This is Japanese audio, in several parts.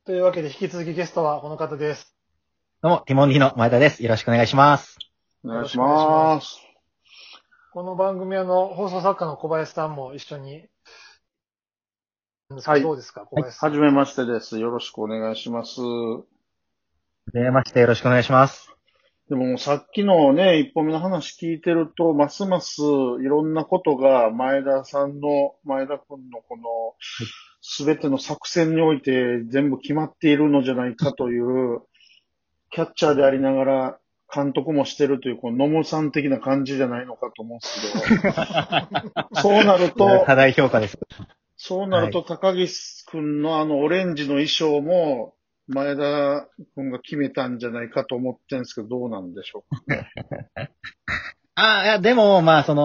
というわけで、引き続きゲストはこの方です。 どうも、ティモンディの前田です。よろしくお願いします。 お願いします。 この番組放送作家の小林さんも一緒に、 はい。 どうですか、小林さん。 はじめましてです。よろしくお願いします。 はじめまして、よろしくお願いします。 でもさっきのね、一歩目の話聞いてると、ますますいろんなことが前田君のこの、すべての作戦において全部決まっているのじゃないかという、キャッチャーでありながら監督もしてるという、この野茂さん的な感じじゃないのかと思うんですけど、そうなると、 多大評価です。 そうなると、高岸くんのオレンジの衣装も、前田くんが決めたんじゃないかと思ってるんですけど、どうなんでしょうかね。 いや、でも、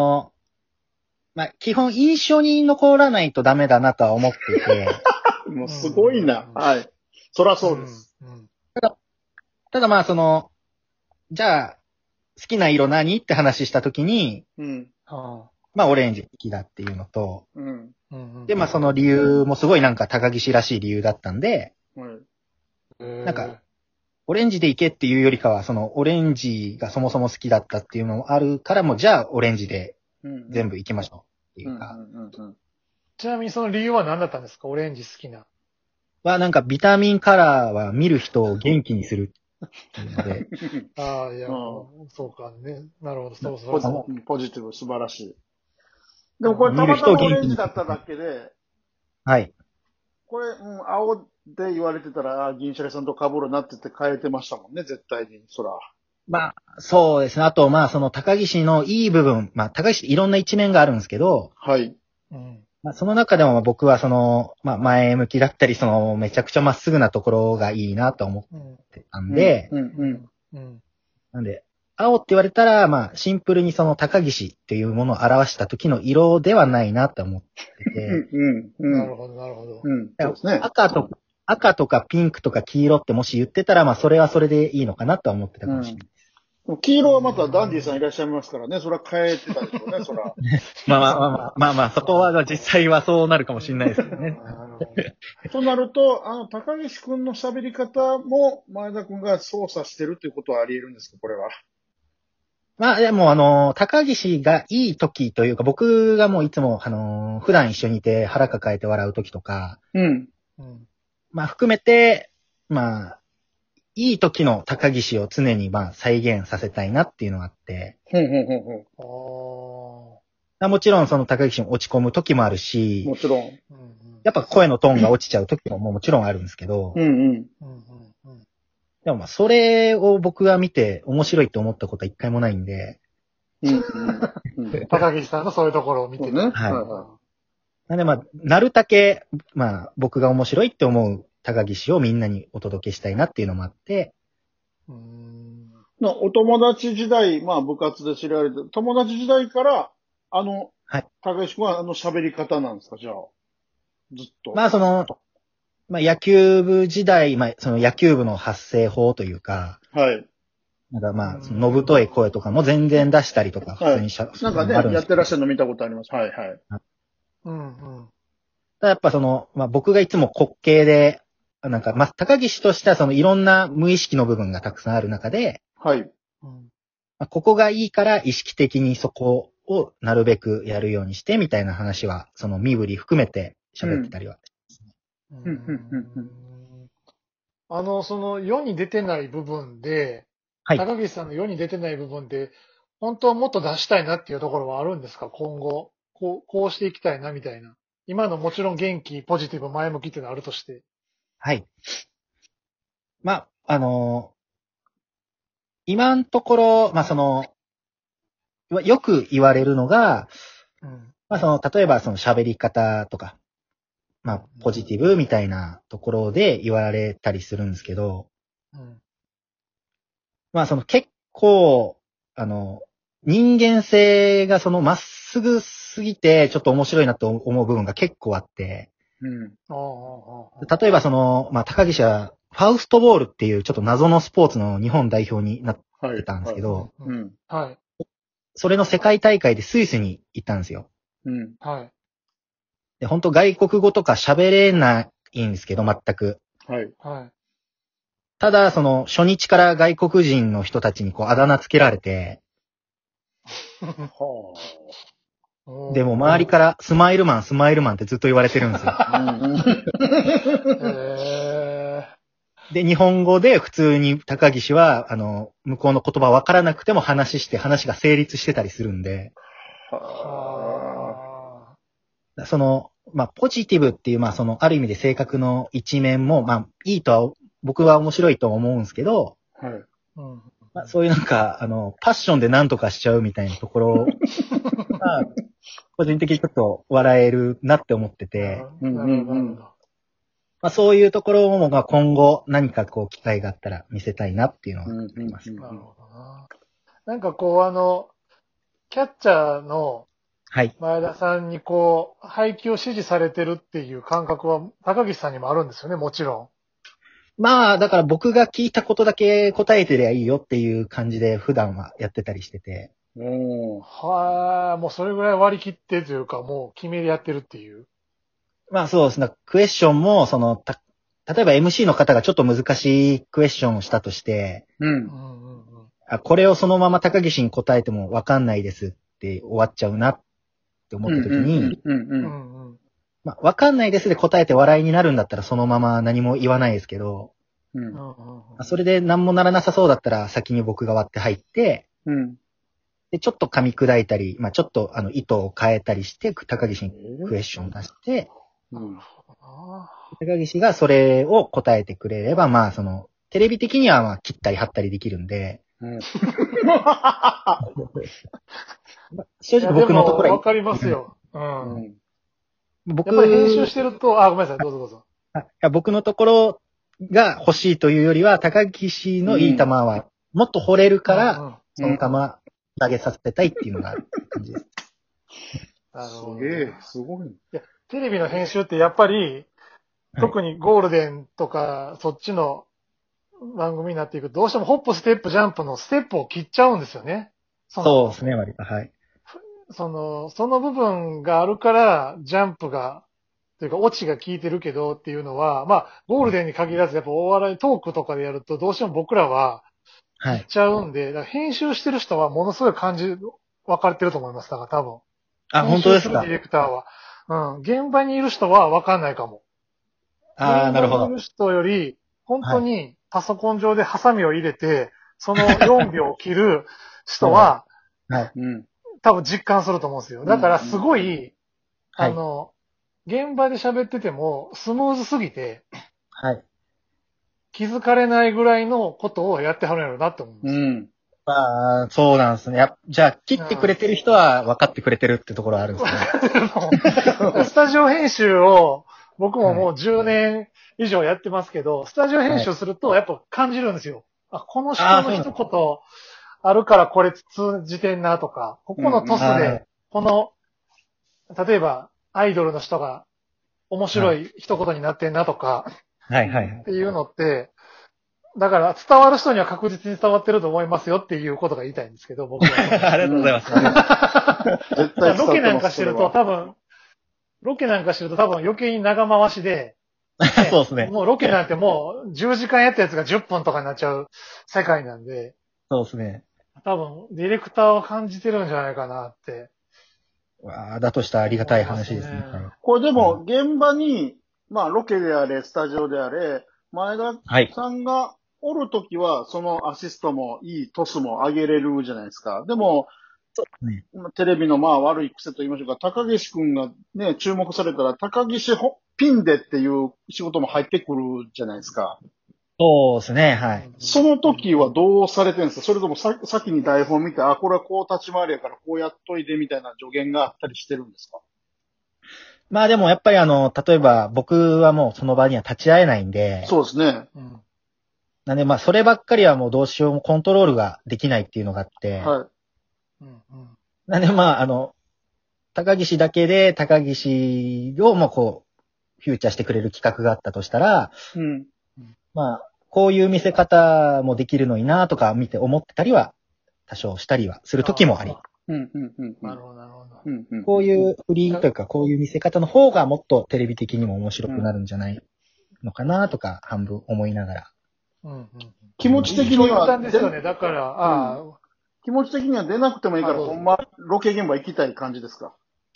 基本印象に残らないとダメだなとは思っていて。 もうすごいな。はい。そらそうです。 ただじゃあ、好きな色何って話したときに、オレンジ好きだっていうのと、で、その理由もすごいなんか高岸らしい理由だったんで、なんか、オレンジでいけっていうよりかは、そのオレンジがそもそも好きだったっていうのもあるからも、じゃあオレンジで全部いきましょうっていうか。 ちなみにその理由は何だったんですか、オレンジ好きな。 なんかビタミンカラーは見る人を元気にするっていうので。 ああ、いや、そうかね。なるほど、 そうポジティブ、素晴らしい。でもこれたまたまオレンジだっただけで、 はい。 これ、青で言われてたら、銀シャリさんと被るなって言って変えてましたもんね、絶対に、そら。 そうですね。あと、その高岸のいい部分、高岸っていろんな一面があるんですけど、 はい。 その中でも僕は前向きだったり、めちゃくちゃまっすぐなところがいいなと思ってたんで、なんで、青って言われたら、シンプルにその高岸っていうものを表した時の色ではないなと思ってて。 なるほど、なるほど。 そうですね。 赤とかピンクとか黄色ってもし言ってたら、それはそれでいいのかなとは思ってたかもしれない。 黄色はまたダンディさんいらっしゃいますからね。それは変えてたでしょうね、そら。 そこは実際はそうなるかもしれないですけどね。 となると、高岸くんの喋り方も前田くんが操作してるということはあり得るんですか、これは。 でも高岸がいい時というか、僕がもういつも普段一緒にいて腹抱えて笑う時とか、含めて、いい時の高岸を常に再現させたいなっていうのがあって。もちろんその高岸も落ち込む時もあるし、 もちろん。 やっぱ声のトーンが落ちちゃう時ももちろんあるんですけど、でもそれを僕が見て面白いって思ったことは一回もないんで。 高岸さんのそういうところを見てね。 はい。なんでなるだけ、僕が面白いって思う高岸をみんなにお届けしたいなっていうのもあって。 お友達時代、部活で知られて、友達時代から、高岸君は喋り方なんですか、じゃあ。ずっと。 野球部時代、その野球部の発声法というか、 はい。 のぶとい声とかも全然出したりとか、普通になんかね、やってらっしゃるの見たことあります。はい、はい。 やっぱ僕がいつも滑稽で、高岸としてはいろんな無意識の部分がたくさんある中で、 はい。 ここがいいから意識的にそこをなるべくやるようにしてみたいな話は、身振り含めて喋ってたりは。 その世に出てない部分で、高岸さんの世に出てない部分で、本当はもっと出したいなっていうところはあるんですか、今後。こうしていきたいなみたいな。今のもちろん元気、ポジティブ、前向きっていうのはあるとして。 はい。今のところ、よく言われるのが、例えば喋り方とか、ポジティブみたいなところで言われたりするんですけど、結構、人間性がまっすぐすぎて、ちょっと面白いなと思う部分が結構あって、例えば高岸は、ファウストボールっていうちょっと謎のスポーツの日本代表になってたんですけど、それの世界大会でスイスに行ったんですよ。で、本当外国語とか喋れないんですけど、全く。 はい。はい。 ただ、その、初日から外国人の人たちにこう、あだ名つけられて、でも周りからスマイルマン、スマイルマンってずっと言われてるんですよ。で、日本語で普通に高岸は、向こうの言葉分からなくても話が成立してたりするんで、その、まあ、ポジティブっていう、まあ、その、ある意味で性格の一面も、まあ、いいとは、僕は面白いと思うんですけど、はい。まあ、そういうなんか、パッションで何とかしちゃうみたいなところが、個人的にちょっと笑えるなって思ってて、まあ、そういうところも、まあ、今後何かこう機会があったら見せたいなっていうのはあります。 なるほどな。なんかこうキャッチャーの前田さんにこう、配球を指示されてるっていう感覚は高岸さんにもあるんですよね、もちろん。 まあ、だから僕が聞いたことだけ答えてりゃいいよっていう感じで普段はやってたりしてて。 はい、もうそれぐらい割り切ってというか、もう決めでやってるっていう。 まあそうですね。クエスチョンも、例えば MC の方がちょっと難しいクエスチョンをしたとして、これをそのまま高岸に答えてもわかんないですって終わっちゃうなって思った時に、まあ、わかんないですで答えて笑いになるんだったらそのまま何も言わないですけど、それで何もならなさそうだったら先に僕が割って入って、で、ちょっと噛み砕いたり、まあちょっと意図を変えたりして、高岸にクエスチョン出して、高岸がそれを答えてくれれば、まあテレビ的にはまあ切ったり貼ったりできるんで、正直僕のところは。わかりますよ。僕やっぱり編集してると、ごめんなさい、どうぞどうぞ。 僕のところが欲しいというよりは、高岸のいい球はもっと掘れるから、その球投げさせたいっていうのがある感じです。 すげえ、すごい。いや、 テレビの編集ってやっぱり、特にゴールデンとか、そっちの番組になっていくと、どうしてもホップ、ステップ、ジャンプのステップを切っちゃうんですよね。 そうですね、割と。はい。 その部分があるから、ジャンプが、というか、オチが効いてるけどっていうのは、まあ、ゴールデンに限らず、やっぱお笑いトークとかでやると、どうしても僕らは、切っちゃうんで、だから編集してる人はものすごい分かれてると思います。だから多分。 本当ですか。 ディレクターは。現場にいる人は分かんないかも。 なるほど。 現場にいる人より、本当にパソコン上でハサミを入れて、その4秒切る人は、多分実感すると思うんですよ。だからすごい、現場で喋っててもスムーズすぎて、気づかれないぐらいのことをやってはるんやろうなって思うんです。 そうなんですね。じゃあ、切ってくれてる人は分かってくれてるってところあるんですね。スタジオ編集を、僕ももう10年以上やってますけど、スタジオ編集するとやっぱ感じるんですよ。この人の一言あるからこれ通じてんなとか、ここのトスで、例えばアイドルの人が面白い一言になってんなとか、っていうのって、だから伝わる人には確実に伝わってると思いますよっていうことが言いたいんですけど、僕は。 ありがとうございます。 絶対ロケなんかしてると多分余計に長回しで、 そうですね。 もうロケなんてもう10時間やったやつが10分とかになっちゃう世界なんで。 そうですね。 多分、ディレクターを感じてるんじゃないかなって。 だとしたらありがたい話ですね。 これでも、現場に、まあ、ロケであれ、スタジオであれ、前田さんがおるときは、そのアシストもいいトスも上げれるじゃないですか。でも、テレビのまあ悪い癖と言いましょうか、高岸くんがね、注目されたら、高岸ピンでっていう仕事も入ってくるじゃないですか。 そうですね、はい。 その時はどうされてるんですか？それとも先に台本見て、これはこう立ち回りやからこうやっといてみたいな助言があったりしてるんですか？ まあでもやっぱり例えば僕はもうその場には立ち会えないんで。 そうですね。 なんでまあそればっかりはもうどうしようもコントロールができないっていうのがあって。なんでまあ高岸だけで高岸をもうこう、フューチャーしてくれる企画があったとしたら、まあ、こういう見せ方もできるのになとか思ってたりは、多少したりはする時もあり。 なるほど、なるほど。こういうフリーというか、こういう見せ方の方がもっとテレビ的にも面白くなるんじゃないのかなとか、半分思いながら。 うんうん、気持ち的には。 ですよね。だから、 気持ち的には出なくてもいいから、ほんま、ロケ現場行きたい感じですか？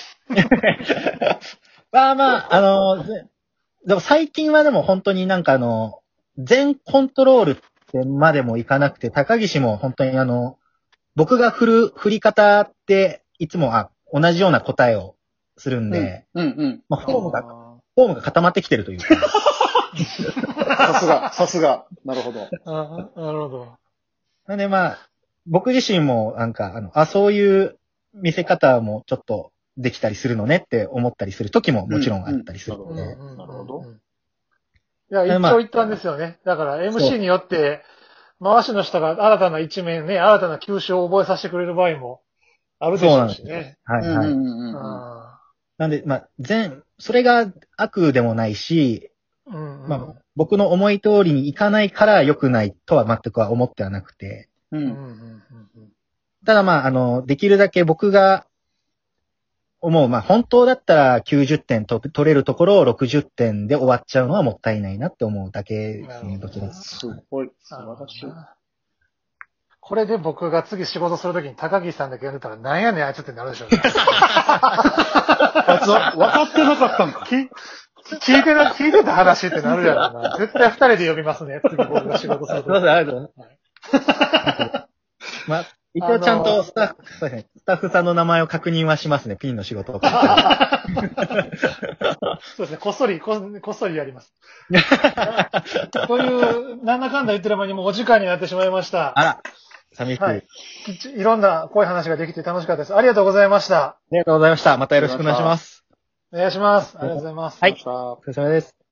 まあ、でも最近はでも本当になんか全コントロールってまでもいかなくて、高岸も本当に僕が振り方っていつも同じような答えをするんで、まあ、フォームが固まってきてるというか。 さすが。なるほど。 なるほど。 なんでまあ、僕自身もなんか、そういう見せ方もちょっとできたりするのねって思ったりする時ももちろんあったりするので。 なるほど。 いや、一長一短ですよね。だから MC によって、回しの人が新たな一面ね、新たな球種を覚えさせてくれる場合もあるでしょうしね。 はいはい。なんで、まあ、それが悪でもないし、まあ、僕の思い通りにいかないから良くないとは全くは思ってはなくて。ただまあ、できるだけ僕が思う、まあ本当だったら90点取れるところを60点で終わっちゃうのはもったいないなって思うだけですね、どちらすごい、素晴らしい。 これで僕が次仕事するときに高岸さんだけ呼んでたらなんやねんあいつってなるでしょうね。 あいつは分かってなかったんか。 聞いてた話ってなるやろな。絶対2人で呼びますね、次僕が仕事するとき。すいません、ありがとうございます。まあ、一応ちゃんとスタッフさんの名前を確認はしますね、ピンの仕事を。 そうですね、こっそりやります。という、なんだかんだ言ってる間にもうお時間になってしまいました。 あら、寂しい。はい。 いろんな濃い話ができて楽しかったです。ありがとうございました。 ありがとうございました。またよろしくお願いします。 お願いします。ありがとうございます。 はい。お疲れ様です。